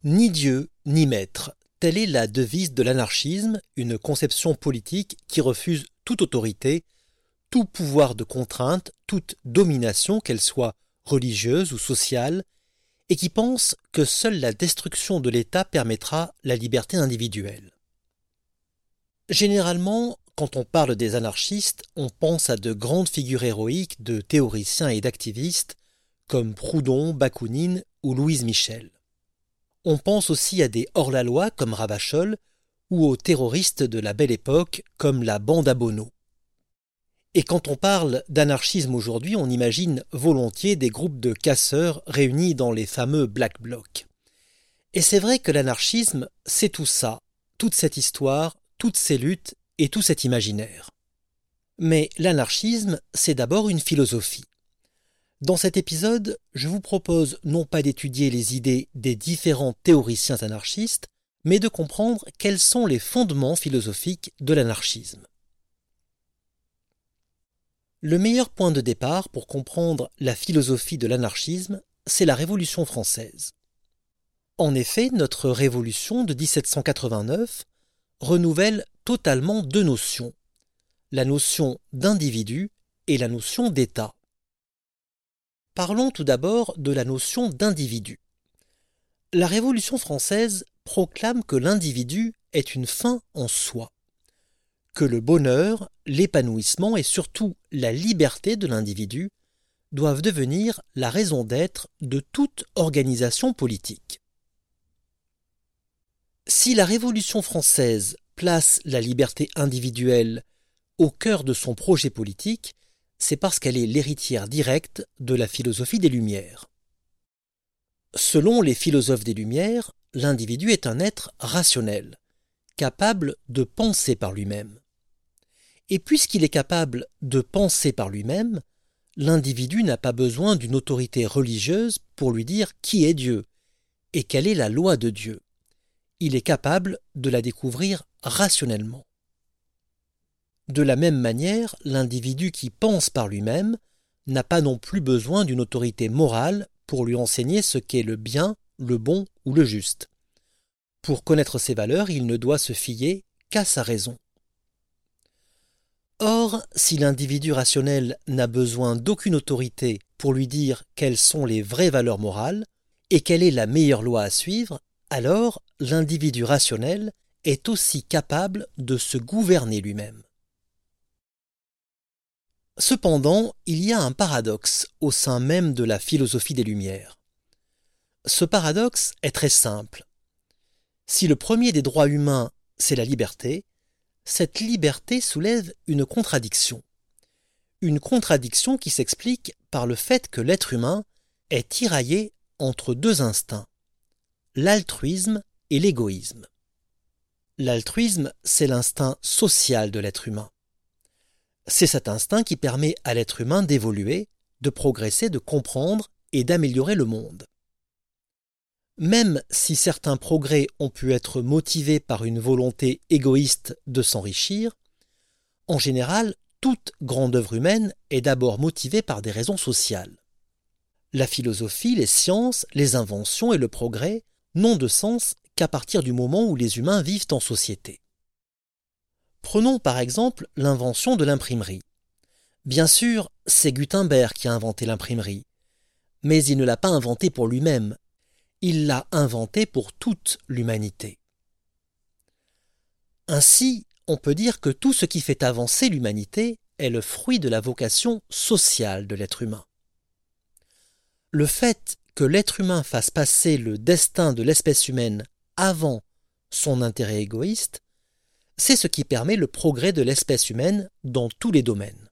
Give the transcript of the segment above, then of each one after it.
Ni Dieu, ni maître, telle est la devise de l'anarchisme, une conception politique qui refuse toute autorité, tout pouvoir de contrainte, toute domination, qu'elle soit religieuse ou sociale, et qui pense que seule la destruction de l'État permettra la liberté individuelle. Généralement, quand on parle des anarchistes, on pense à de grandes figures héroïques de théoriciens et d'activistes comme Proudhon, Bakounine ou Louise Michel. On pense aussi à des hors-la-loi comme Ravachol ou aux terroristes de la Belle Époque comme la bande à Bono. Et quand on parle d'anarchisme aujourd'hui, on imagine volontiers des groupes de casseurs réunis dans les fameux Black Blocs. Et c'est vrai que l'anarchisme, c'est tout ça, toute cette histoire, toutes ces luttes et tout cet imaginaire. Mais l'anarchisme, c'est d'abord une philosophie. Dans cet épisode, je vous propose non pas d'étudier les idées des différents théoriciens anarchistes, mais de comprendre quels sont les fondements philosophiques de l'anarchisme. Le meilleur point de départ pour comprendre la philosophie de l'anarchisme, c'est la Révolution française. En effet, notre Révolution de 1789 renouvelle totalement deux notions, la notion d'individu et la notion d'État. Parlons tout d'abord de la notion d'individu. La Révolution française proclame que l'individu est une fin en soi, que le bonheur, l'épanouissement et surtout la liberté de l'individu doivent devenir la raison d'être de toute organisation politique. Si la Révolution française place la liberté individuelle au cœur de son projet politique, c'est parce qu'elle est l'héritière directe de la philosophie des Lumières. Selon les philosophes des Lumières, l'individu est un être rationnel, capable de penser par lui-même. Et puisqu'il est capable de penser par lui-même, l'individu n'a pas besoin d'une autorité religieuse pour lui dire qui est Dieu et quelle est la loi de Dieu. Il est capable de la découvrir rationnellement. De la même manière, l'individu qui pense par lui-même n'a pas non plus besoin d'une autorité morale pour lui enseigner ce qu'est le bien, le bon ou le juste. Pour connaître ses valeurs, il ne doit se fier qu'à sa raison. Or, si l'individu rationnel n'a besoin d'aucune autorité pour lui dire quelles sont les vraies valeurs morales et quelle est la meilleure loi à suivre, alors l'individu rationnel est aussi capable de se gouverner lui-même. Cependant, il y a un paradoxe au sein même de la philosophie des Lumières. Ce paradoxe est très simple. Si le premier des droits humains, c'est la liberté, cette liberté soulève une contradiction. Une contradiction qui s'explique par le fait que l'être humain est tiraillé entre deux instincts, l'altruisme et l'égoïsme. L'altruisme, c'est l'instinct social de l'être humain. C'est cet instinct qui permet à l'être humain d'évoluer, de progresser, de comprendre et d'améliorer le monde. Même si certains progrès ont pu être motivés par une volonté égoïste de s'enrichir, en général, toute grande œuvre humaine est d'abord motivée par des raisons sociales. La philosophie, les sciences, les inventions et le progrès n'ont de sens qu'à partir du moment où les humains vivent en société. Prenons par exemple l'invention de l'imprimerie. Bien sûr, c'est Gutenberg qui a inventé l'imprimerie, mais il ne l'a pas inventée pour lui-même, il l'a inventée pour toute l'humanité. Ainsi, on peut dire que tout ce qui fait avancer l'humanité est le fruit de la vocation sociale de l'être humain. Le fait que l'être humain fasse passer le destin de l'espèce humaine avant son intérêt égoïste, c'est ce qui permet le progrès de l'espèce humaine dans tous les domaines.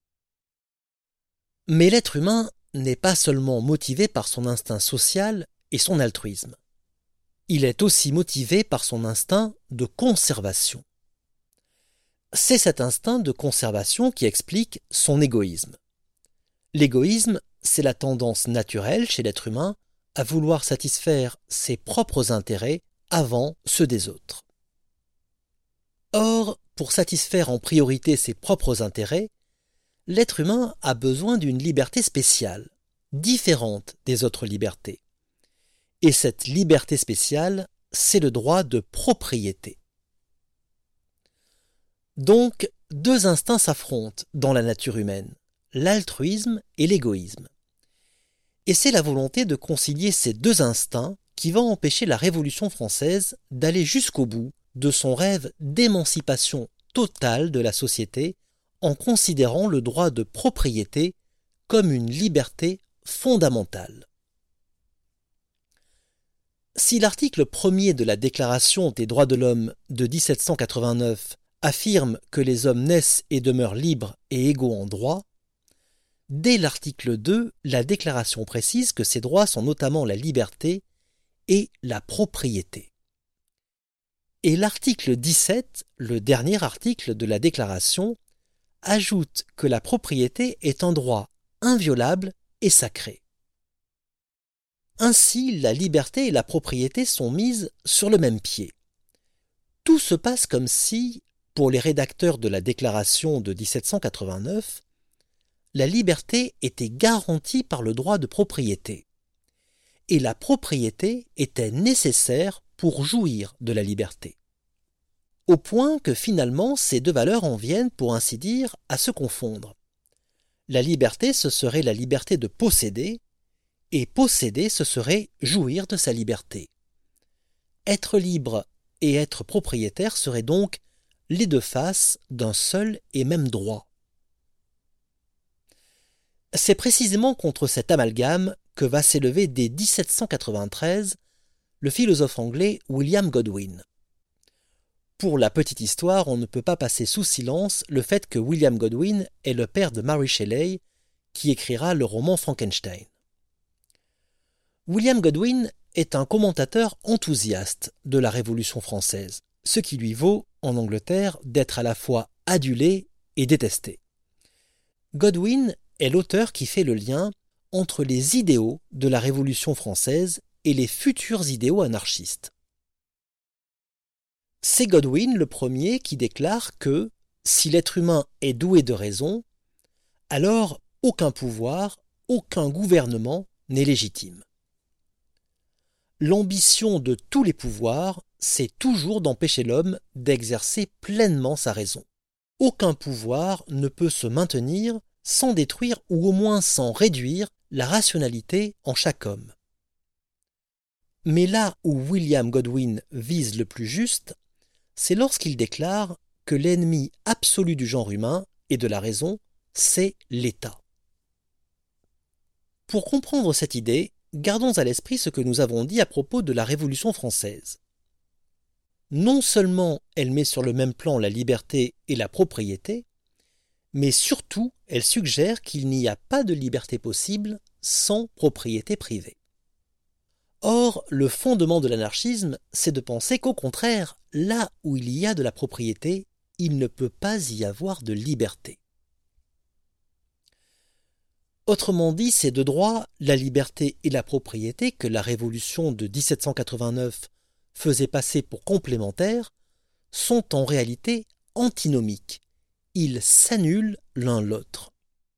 Mais l'être humain n'est pas seulement motivé par son instinct social et son altruisme. Il est aussi motivé par son instinct de conservation. C'est cet instinct de conservation qui explique son égoïsme. L'égoïsme, c'est la tendance naturelle chez l'être humain à vouloir satisfaire ses propres intérêts avant ceux des autres. Or, pour satisfaire en priorité ses propres intérêts, l'être humain a besoin d'une liberté spéciale, différente des autres libertés. Et cette liberté spéciale, c'est le droit de propriété. Donc, deux instincts s'affrontent dans la nature humaine, l'altruisme et l'égoïsme. Et c'est la volonté de concilier ces deux instincts qui va empêcher la Révolution française d'aller jusqu'au bout de son rêve d'émancipation totale de la société en considérant le droit de propriété comme une liberté fondamentale. Si l'article 1er de la Déclaration des droits de l'homme de 1789 affirme que les hommes naissent et demeurent libres et égaux en droit, dès l'article 2, la Déclaration précise que ces droits sont notamment la liberté et la propriété. Et l'article 17, le dernier article de la Déclaration, ajoute que la propriété est un droit inviolable et sacré. Ainsi, la liberté et la propriété sont mises sur le même pied. Tout se passe comme si, pour les rédacteurs de la Déclaration de 1789, la liberté était garantie par le droit de propriété, et la propriété était nécessaire pour jouir de la liberté. Au point que finalement ces deux valeurs en viennent, pour ainsi dire, à se confondre. La liberté, ce serait la liberté de posséder, et posséder, ce serait jouir de sa liberté. Être libre et être propriétaire seraient donc les deux faces d'un seul et même droit. C'est précisément contre cet amalgame que va s'élever dès 1793 le philosophe anglais William Godwin. Pour la petite histoire, on ne peut pas passer sous silence le fait que William Godwin est le père de Mary Shelley, qui écrira le roman Frankenstein. William Godwin est un commentateur enthousiaste de la Révolution française, ce qui lui vaut, en Angleterre, d'être à la fois adulé et détesté. Godwin est l'auteur qui fait le lien entre les idéaux de la Révolution française et les futurs idéaux anarchistes. C'est Godwin le premier qui déclare que, si l'être humain est doué de raison, alors aucun pouvoir, aucun gouvernement n'est légitime. L'ambition de tous les pouvoirs, c'est toujours d'empêcher l'homme d'exercer pleinement sa raison. Aucun pouvoir ne peut se maintenir sans détruire ou au moins sans réduire la rationalité en chaque homme. Mais là où William Godwin vise le plus juste, c'est lorsqu'il déclare que l'ennemi absolu du genre humain et de la raison, c'est l'État. Pour comprendre cette idée, gardons à l'esprit ce que nous avons dit à propos de la Révolution française. Non seulement elle met sur le même plan la liberté et la propriété, mais surtout elle suggère qu'il n'y a pas de liberté possible sans propriété privée. Or, le fondement de l'anarchisme, c'est de penser qu'au contraire, là où il y a de la propriété, il ne peut pas y avoir de liberté. Autrement dit, ces deux droits, la liberté et la propriété, que la Révolution de 1789 faisait passer pour complémentaires, sont en réalité antinomiques. Ils s'annulent l'un l'autre.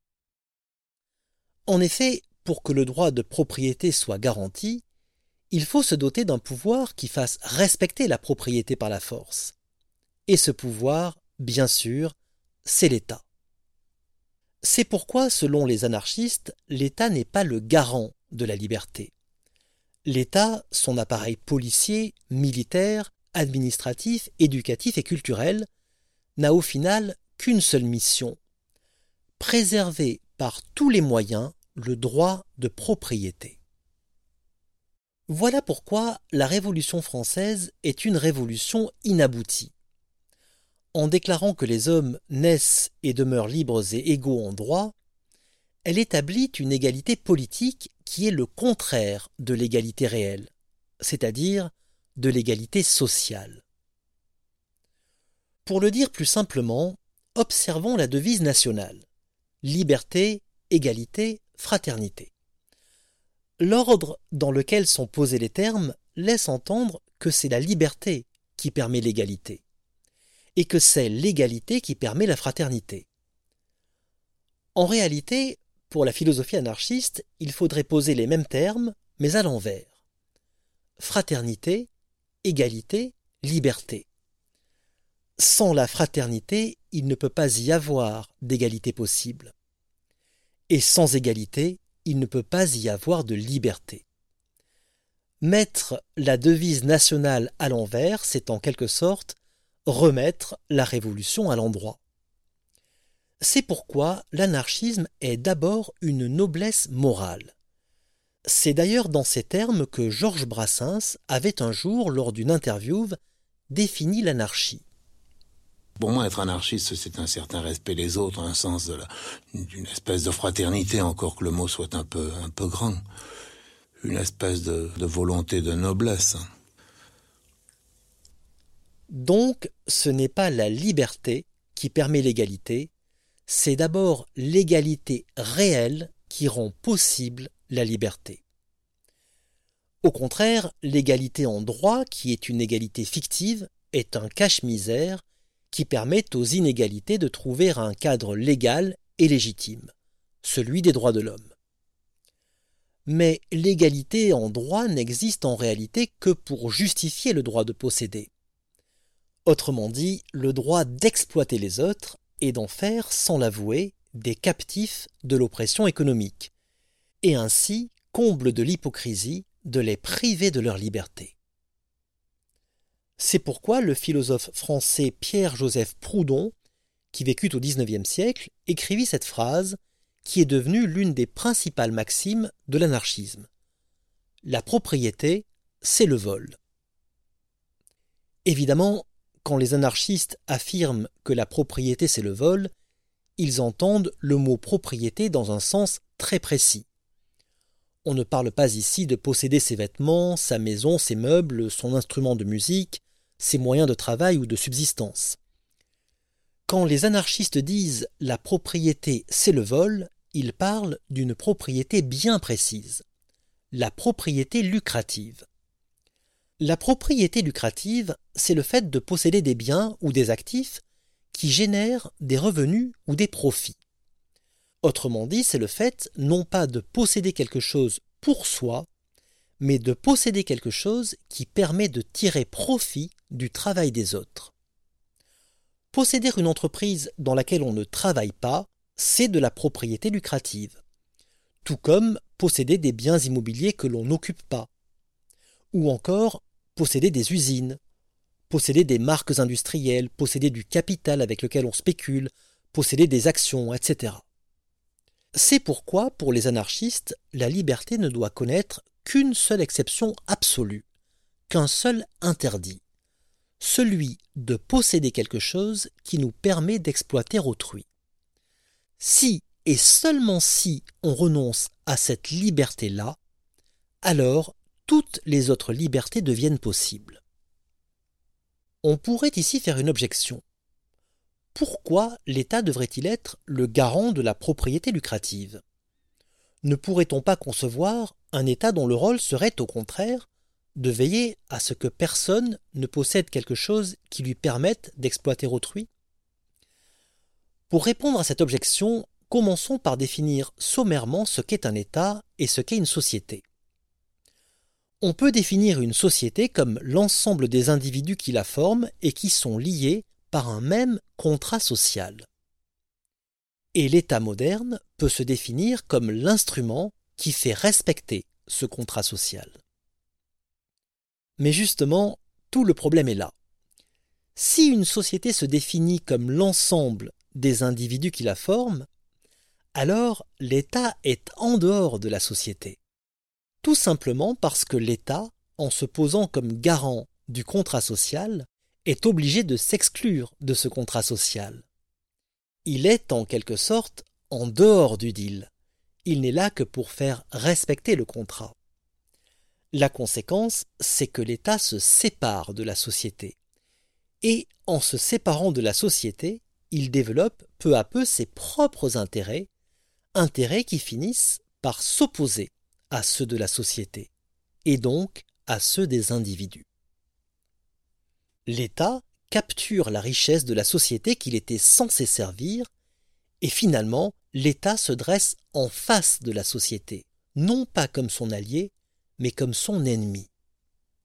En effet, pour que le droit de propriété soit garanti, il faut se doter d'un pouvoir qui fasse respecter la propriété par la force. Et ce pouvoir, bien sûr, c'est l'État. C'est pourquoi, selon les anarchistes, l'État n'est pas le garant de la liberté. L'État, son appareil policier, militaire, administratif, éducatif et culturel, n'a au final qu'une seule mission: préserver par tous les moyens le droit de propriété. Voilà pourquoi la Révolution française est une révolution inaboutie. En déclarant que les hommes naissent et demeurent libres et égaux en droit, elle établit une égalité politique qui est le contraire de l'égalité réelle, c'est-à-dire de l'égalité sociale. Pour le dire plus simplement, observons la devise nationale: liberté, égalité, fraternité. L'ordre dans lequel sont posés les termes laisse entendre que c'est la liberté qui permet l'égalité, et que c'est l'égalité qui permet la fraternité. En réalité, pour la philosophie anarchiste, il faudrait poser les mêmes termes, mais à l'envers. fraternité, égalité, liberté. Sans la fraternité, il ne peut pas y avoir d'égalité possible. Et sans égalité, il ne peut pas y avoir de liberté. Mettre la devise nationale à l'envers, c'est en quelque sorte remettre la révolution à l'endroit. C'est pourquoi l'anarchisme est d'abord une noblesse morale. C'est d'ailleurs dans ces termes que Georges Brassens avait un jour, lors d'une interview, défini l'anarchie. Pour moi, être anarchiste, c'est un certain respect des autres, un sens d'une espèce de fraternité, encore que le mot soit un peu grand. Une espèce de volonté de noblesse. Donc, ce n'est pas la liberté qui permet l'égalité, c'est d'abord l'égalité réelle qui rend possible la liberté. Au contraire, l'égalité en droit, qui est une égalité fictive, est un cache-misère qui permet aux inégalités de trouver un cadre légal et légitime, celui des droits de l'homme. Mais l'égalité en droit n'existe en réalité que pour justifier le droit de posséder. Autrement dit, le droit d'exploiter les autres et d'en faire, sans l'avouer, des captifs de l'oppression économique, et ainsi, comble de l'hypocrisie, de les priver de leur liberté. C'est pourquoi le philosophe français Pierre-Joseph Proudhon, qui vécut au XIXe siècle, écrivit cette phrase qui est devenue l'une des principales maximes de l'anarchisme. La propriété, c'est le vol. Évidemment, quand les anarchistes affirment que la propriété c'est le vol, ils entendent le mot propriété dans un sens très précis. On ne parle pas ici de posséder ses vêtements, sa maison, ses meubles, son instrument de musique, ses moyens de travail ou de subsistance. Quand les anarchistes disent « la propriété c'est le vol », ils parlent d'une propriété bien précise, la propriété lucrative. La propriété lucrative, c'est le fait de posséder des biens ou des actifs qui génèrent des revenus ou des profits. Autrement dit, c'est le fait non pas de posséder quelque chose pour soi, mais de posséder quelque chose qui permet de tirer profit du travail des autres. Posséder une entreprise dans laquelle on ne travaille pas, c'est de la propriété lucrative. Tout comme posséder des biens immobiliers que l'on n'occupe pas. Ou encore posséder des usines, posséder des marques industrielles, posséder du capital avec lequel on spécule, posséder des actions, etc. C'est pourquoi, pour les anarchistes, la liberté ne doit connaître qu'une seule exception absolue, qu'un seul interdit, celui de posséder quelque chose qui nous permet d'exploiter autrui. Si et seulement si on renonce à cette liberté-là, alors toutes les autres libertés deviennent possibles. On pourrait ici faire une objection. Pourquoi l'État devrait-il être le garant de la propriété lucrative ? Ne pourrait-on pas concevoir un État dont le rôle serait au contraire de veiller à ce que personne ne possède quelque chose qui lui permette d'exploiter autrui ? Pour répondre à cette objection, commençons par définir sommairement ce qu'est un État et ce qu'est une société. On peut définir une société comme l'ensemble des individus qui la forment et qui sont liés par un même contrat social. Et l'État moderne peut se définir comme l'instrument qui fait respecter ce contrat social. Mais justement, tout le problème est là. Si une société se définit comme l'ensemble des individus qui la forment, alors l'État est en dehors de la société. Tout simplement parce que l'État, en se posant comme garant du contrat social, est obligé de s'exclure de ce contrat social. Il est en quelque sorte en dehors du deal. Il n'est là que pour faire respecter le contrat. La conséquence, c'est que l'État se sépare de la société. Et en se séparant de la société, il développe peu à peu ses propres intérêts qui finissent par s'opposer à ceux de la société, et donc à ceux des individus. L'État capture la richesse de la société qu'il était censé servir, et finalement, l'État se dresse en face de la société, non pas comme son allié, mais comme son ennemi.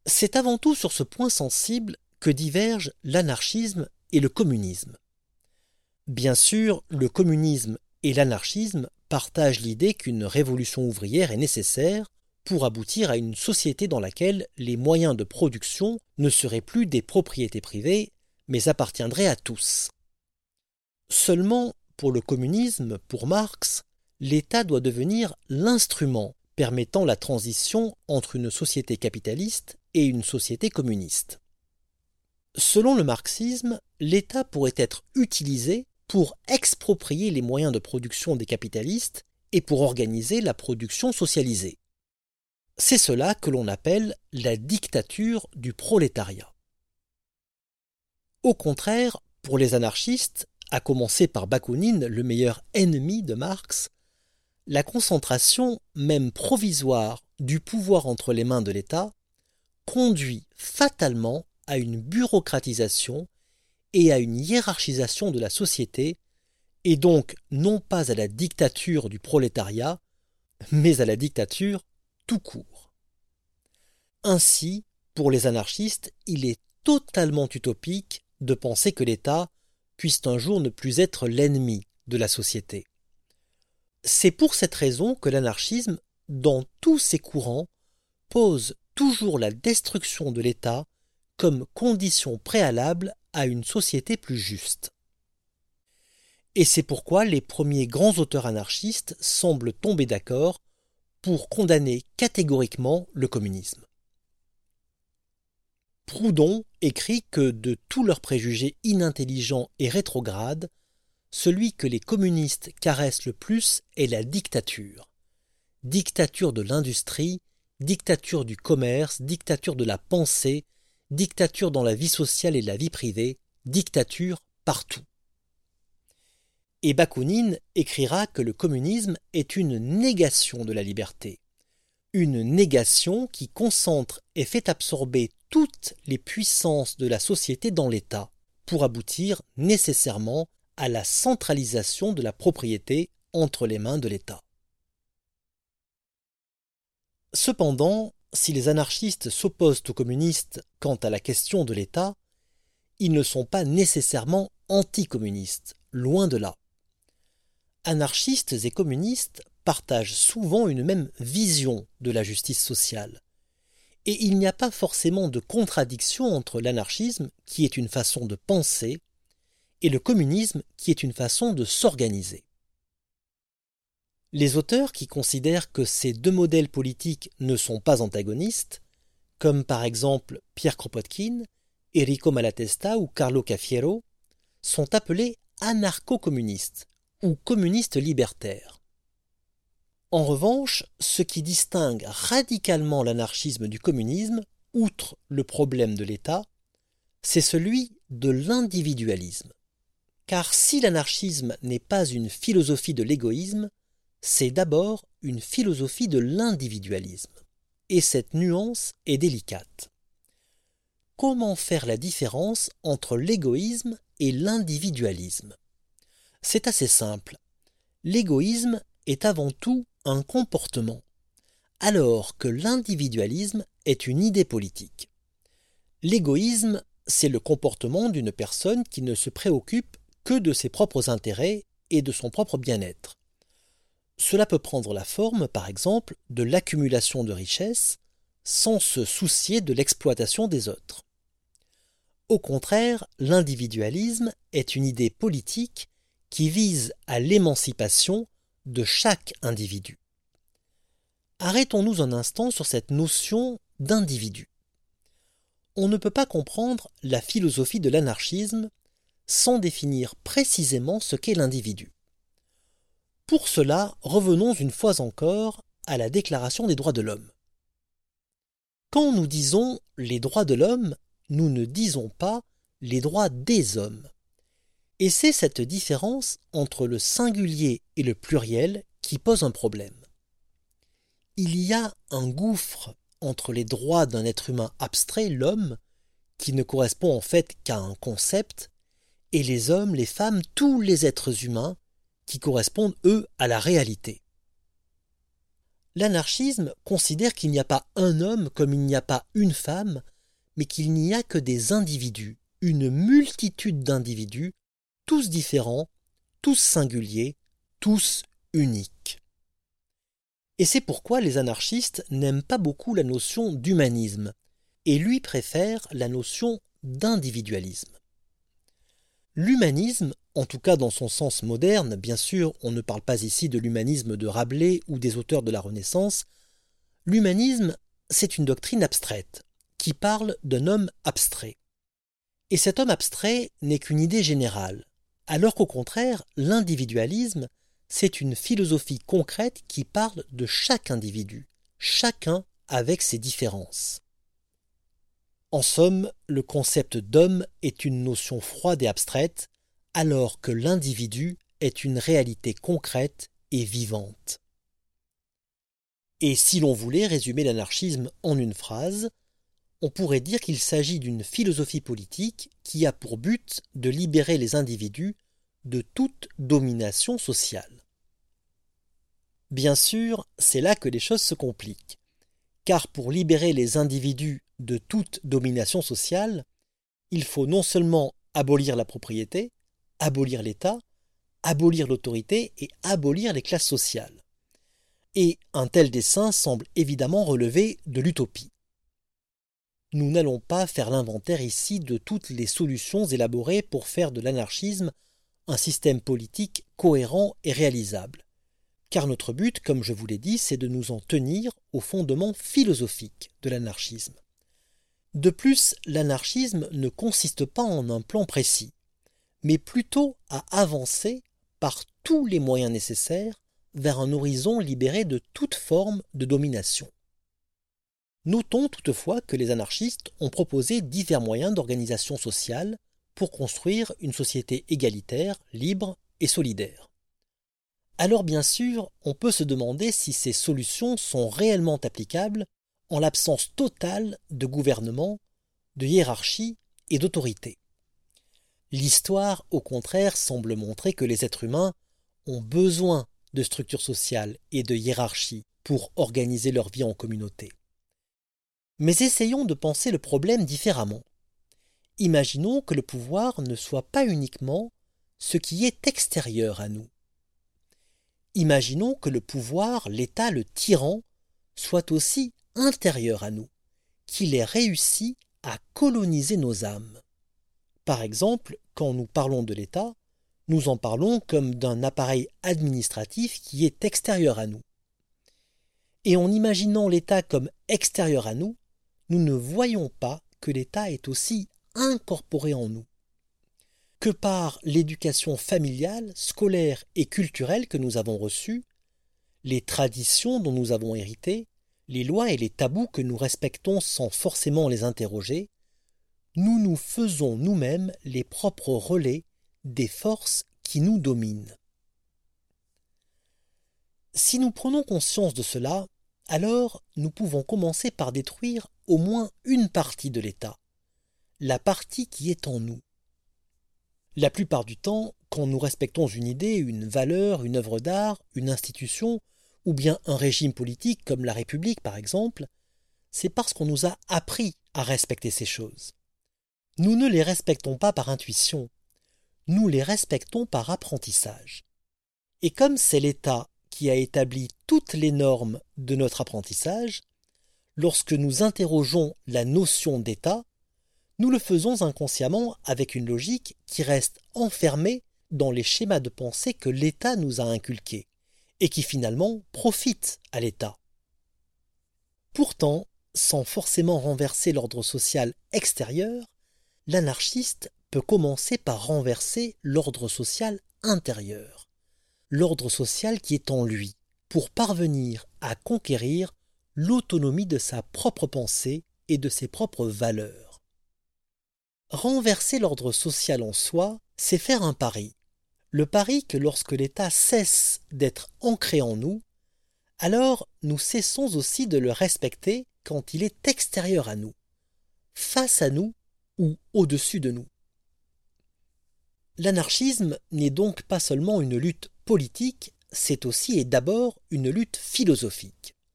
C'est avant tout sur ce point sensible que divergent l'anarchisme et le communisme. Bien sûr, le communisme et l'anarchisme partagent l'idée qu'une révolution ouvrière est nécessaire pour aboutir à une société dans laquelle les moyens de production ne seraient plus des propriétés privées, mais appartiendraient à tous. Seulement, pour le communisme, pour Marx, l'État doit devenir l'instrument permettant la transition entre une société capitaliste et une société communiste. Selon le marxisme, l'État pourrait être utilisé pour exproprier les moyens de production des capitalistes et pour organiser la production socialisée. C'est cela que l'on appelle la dictature du prolétariat. Au contraire, pour les anarchistes, à commencer par Bakounine, le meilleur ennemi de Marx, la concentration, même provisoire, du pouvoir entre les mains de l'État conduit fatalement à une bureaucratisation et à une hiérarchisation de la société, et donc non pas à la dictature du prolétariat, mais à la dictature tout court. Ainsi, pour les anarchistes, il est totalement utopique de penser que l'État puisse un jour ne plus être l'ennemi de la société. C'est pour cette raison que l'anarchisme, dans tous ses courants, pose toujours la destruction de l'État comme condition préalable à une société plus juste. Et c'est pourquoi les premiers grands auteurs anarchistes semblent tomber d'accord pour condamner catégoriquement le communisme. Proudhon écrit que de tous leurs préjugés inintelligents et rétrogrades, celui que les communistes caressent le plus est la dictature. Dictature de l'industrie, dictature du commerce, dictature de la pensée, dictature dans la vie sociale et la vie privée, dictature partout. Et Bakounine écrira que le communisme est une négation de la liberté, une négation qui concentre et fait absorber toutes les puissances de la société dans l'État, pour aboutir nécessairement à la centralisation de la propriété entre les mains de l'État. Cependant, si les anarchistes s'opposent aux communistes quant à la question de l'État, ils ne sont pas nécessairement anticommunistes, loin de là. Anarchistes et communistes partagent souvent une même vision de la justice sociale. Et il n'y a pas forcément de contradiction entre l'anarchisme, qui est une façon de penser, et le communisme, qui est une façon de s'organiser. Les auteurs qui considèrent que ces deux modèles politiques ne sont pas antagonistes, comme par exemple Pierre Kropotkin, Enrico Malatesta ou Carlo Cafiero, sont appelés anarcho-communistes ou communistes libertaires. En revanche, ce qui distingue radicalement l'anarchisme du communisme, outre le problème de l'État, c'est celui de l'individualisme. Car si l'anarchisme n'est pas une philosophie de l'égoïsme, c'est d'abord une philosophie de l'individualisme. Et cette nuance est délicate. Comment faire la différence entre l'égoïsme et l'individualisme ? C'est assez simple. L'égoïsme est avant tout un comportement, alors que l'individualisme est une idée politique. L'égoïsme, c'est le comportement d'une personne qui ne se préoccupe que de ses propres intérêts et de son propre bien-être. Cela peut prendre la forme, par exemple, de l'accumulation de richesses sans se soucier de l'exploitation des autres. Au contraire, l'individualisme est une idée politique qui vise à l'émancipation de chaque individu. Arrêtons-nous un instant sur cette notion d'individu. On ne peut pas comprendre la philosophie de l'anarchisme sans définir précisément ce qu'est l'individu. Pour cela, revenons une fois encore à la Déclaration des droits de l'homme. Quand nous disons les droits de l'homme, nous ne disons pas les droits des hommes. Et c'est cette différence entre le singulier et le pluriel qui pose un problème. Il y a un gouffre entre les droits d'un être humain abstrait, l'homme, qui ne correspond en fait qu'à un concept, et les hommes, les femmes, tous les êtres humains, qui correspondent, eux, à la réalité. L'anarchisme considère qu'il n'y a pas un homme comme il n'y a pas une femme, mais qu'il n'y a que des individus, une multitude d'individus, tous différents, tous singuliers, tous uniques. Et c'est pourquoi les anarchistes n'aiment pas beaucoup la notion d'humanisme, et lui préfèrent la notion d'individualisme. L'humanisme, en tout cas dans son sens moderne, bien sûr, on ne parle pas ici de l'humanisme de Rabelais ou des auteurs de la Renaissance, l'humanisme, c'est une doctrine abstraite, qui parle d'un homme abstrait. Et cet homme abstrait n'est qu'une idée générale, alors qu'au contraire, l'individualisme, c'est une philosophie concrète qui parle de chaque individu, chacun avec ses différences. En somme, le concept d'homme est une notion froide et abstraite, alors que l'individu est une réalité concrète et vivante. Et si l'on voulait résumer l'anarchisme en une phrase, on pourrait dire qu'il s'agit d'une philosophie politique qui a pour but de libérer les individus de toute domination sociale. Bien sûr, c'est là que les choses se compliquent, car pour libérer les individus de toute domination sociale, il faut non seulement abolir la propriété, abolir l'État, abolir l'autorité et abolir les classes sociales. Et un tel dessein semble évidemment relever de l'utopie. Nous n'allons pas faire l'inventaire ici de toutes les solutions élaborées pour faire de l'anarchisme un système politique cohérent et réalisable. Car notre but, comme je vous l'ai dit, c'est de nous en tenir aux fondements philosophiques de l'anarchisme. De plus, l'anarchisme ne consiste pas en un plan précis, mais plutôt à avancer par tous les moyens nécessaires vers un horizon libéré de toute forme de domination. Notons toutefois que les anarchistes ont proposé divers moyens d'organisation sociale pour construire une société égalitaire, libre et solidaire. Alors bien sûr, on peut se demander si ces solutions sont réellement applicables en l'absence totale de gouvernement, de hiérarchie et d'autorité. L'histoire, au contraire, semble montrer que les êtres humains ont besoin de structures sociales et de hiérarchie pour organiser leur vie en communauté. Mais essayons de penser le problème différemment. Imaginons que le pouvoir ne soit pas uniquement ce qui est extérieur à nous. Imaginons que le pouvoir, l'État, le tyran, soit aussi intérieur à nous, qu'il ait réussi à coloniser nos âmes. Par exemple, quand nous parlons de l'État, nous en parlons comme d'un appareil administratif qui est extérieur à nous. Et en imaginant l'État comme extérieur à nous, nous ne voyons pas que l'État est aussi incorporé en nous. Que par l'éducation familiale, scolaire et culturelle que nous avons reçue, les traditions dont nous avons hérité, les lois et les tabous que nous respectons sans forcément les interroger, nous nous faisons nous-mêmes les propres relais des forces qui nous dominent. Si nous prenons conscience de cela, alors nous pouvons commencer par détruire au moins une partie de l'État, la partie qui est en nous. La plupart du temps, quand nous respectons une idée, une valeur, une œuvre d'art, une institution, ou bien un régime politique comme la République par exemple, c'est parce qu'on nous a appris à respecter ces choses. Nous ne les respectons pas par intuition, nous les respectons par apprentissage. Et comme c'est l'État qui a établi toutes les normes de notre apprentissage, lorsque nous interrogeons la notion d'État, nous le faisons inconsciemment avec une logique qui reste enfermée dans les schémas de pensée que l'État nous a inculqués et qui finalement profite à l'État. Pourtant, sans forcément renverser l'ordre social extérieur, l'anarchiste peut commencer par renverser l'ordre social intérieur, l'ordre social qui est en lui, pour parvenir à conquérir l'autonomie de sa propre pensée et de ses propres valeurs. Renverser l'ordre social en soi, c'est faire un pari. Le pari que lorsque l'État cesse d'être ancré en nous, alors nous cessons aussi de le respecter quand il est extérieur à nous, face à nous ou au-dessus de nous. L'anarchisme n'est donc pas seulement une lutte politique, c'est aussi et d'abord une lutte philosophique.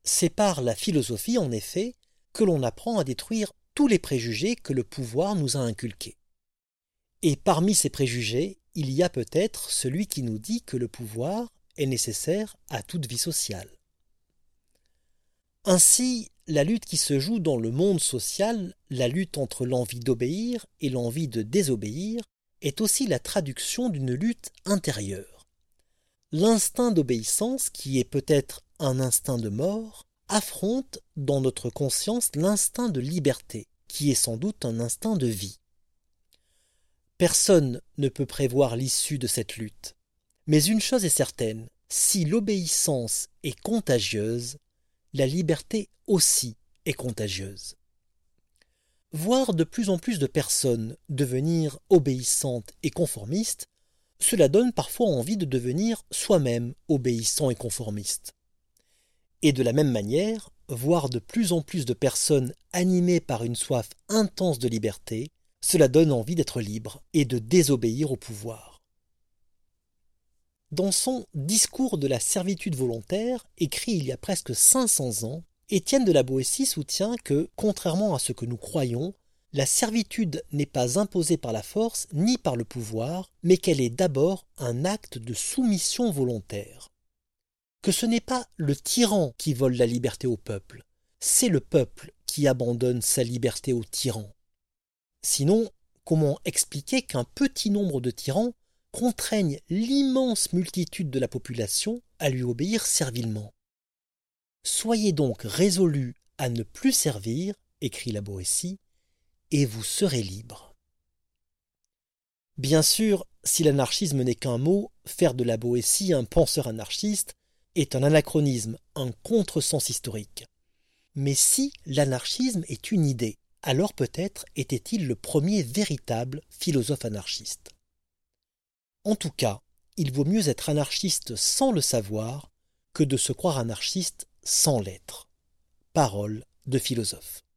C'est par la philosophie, en effet, que l'on apprend à détruire tous les préjugés que le pouvoir nous a inculqués. Et parmi ces préjugés, il y a peut-être celui qui nous dit que le pouvoir est nécessaire à toute vie sociale. Ainsi, la lutte qui se joue dans le monde social, la lutte entre l'envie d'obéir et l'envie de désobéir, est aussi la traduction d'une lutte intérieure. L'instinct d'obéissance, qui est peut-être un instinct de mort, affronte dans notre conscience l'instinct de liberté, qui est sans doute un instinct de vie. Personne ne peut prévoir l'issue de cette lutte. Mais une chose est certaine, si l'obéissance est contagieuse, la liberté aussi est contagieuse. Voir de plus en plus de personnes devenir obéissantes et conformistes, cela donne parfois envie de devenir soi-même obéissant et conformiste. Et de la même manière, voir de plus en plus de personnes animées par une soif intense de liberté, cela donne envie d'être libre et de désobéir au pouvoir. Dans son « Discours de la servitude volontaire », écrit il y a presque 500 ans, Étienne de la Boétie soutient que, contrairement à ce que nous croyons, la servitude n'est pas imposée par la force ni par le pouvoir, mais qu'elle est d'abord un acte de soumission volontaire. Que ce n'est pas le tyran qui vole la liberté au peuple, c'est le peuple qui abandonne sa liberté au tyran. Sinon, comment expliquer qu'un petit nombre de tyrans contraignent l'immense multitude de la population à lui obéir servilement? Soyez donc résolus à ne plus servir, écrit la Boétie, et vous serez libres. Bien sûr, si l'anarchisme n'est qu'un mot, faire de la Boétie un penseur anarchiste est un anachronisme, un contresens historique. Mais si l'anarchisme est une idée, alors peut-être était-il le premier véritable philosophe anarchiste. En tout cas, il vaut mieux être anarchiste sans le savoir que de se croire anarchiste sans l'être. Parole de philosophe.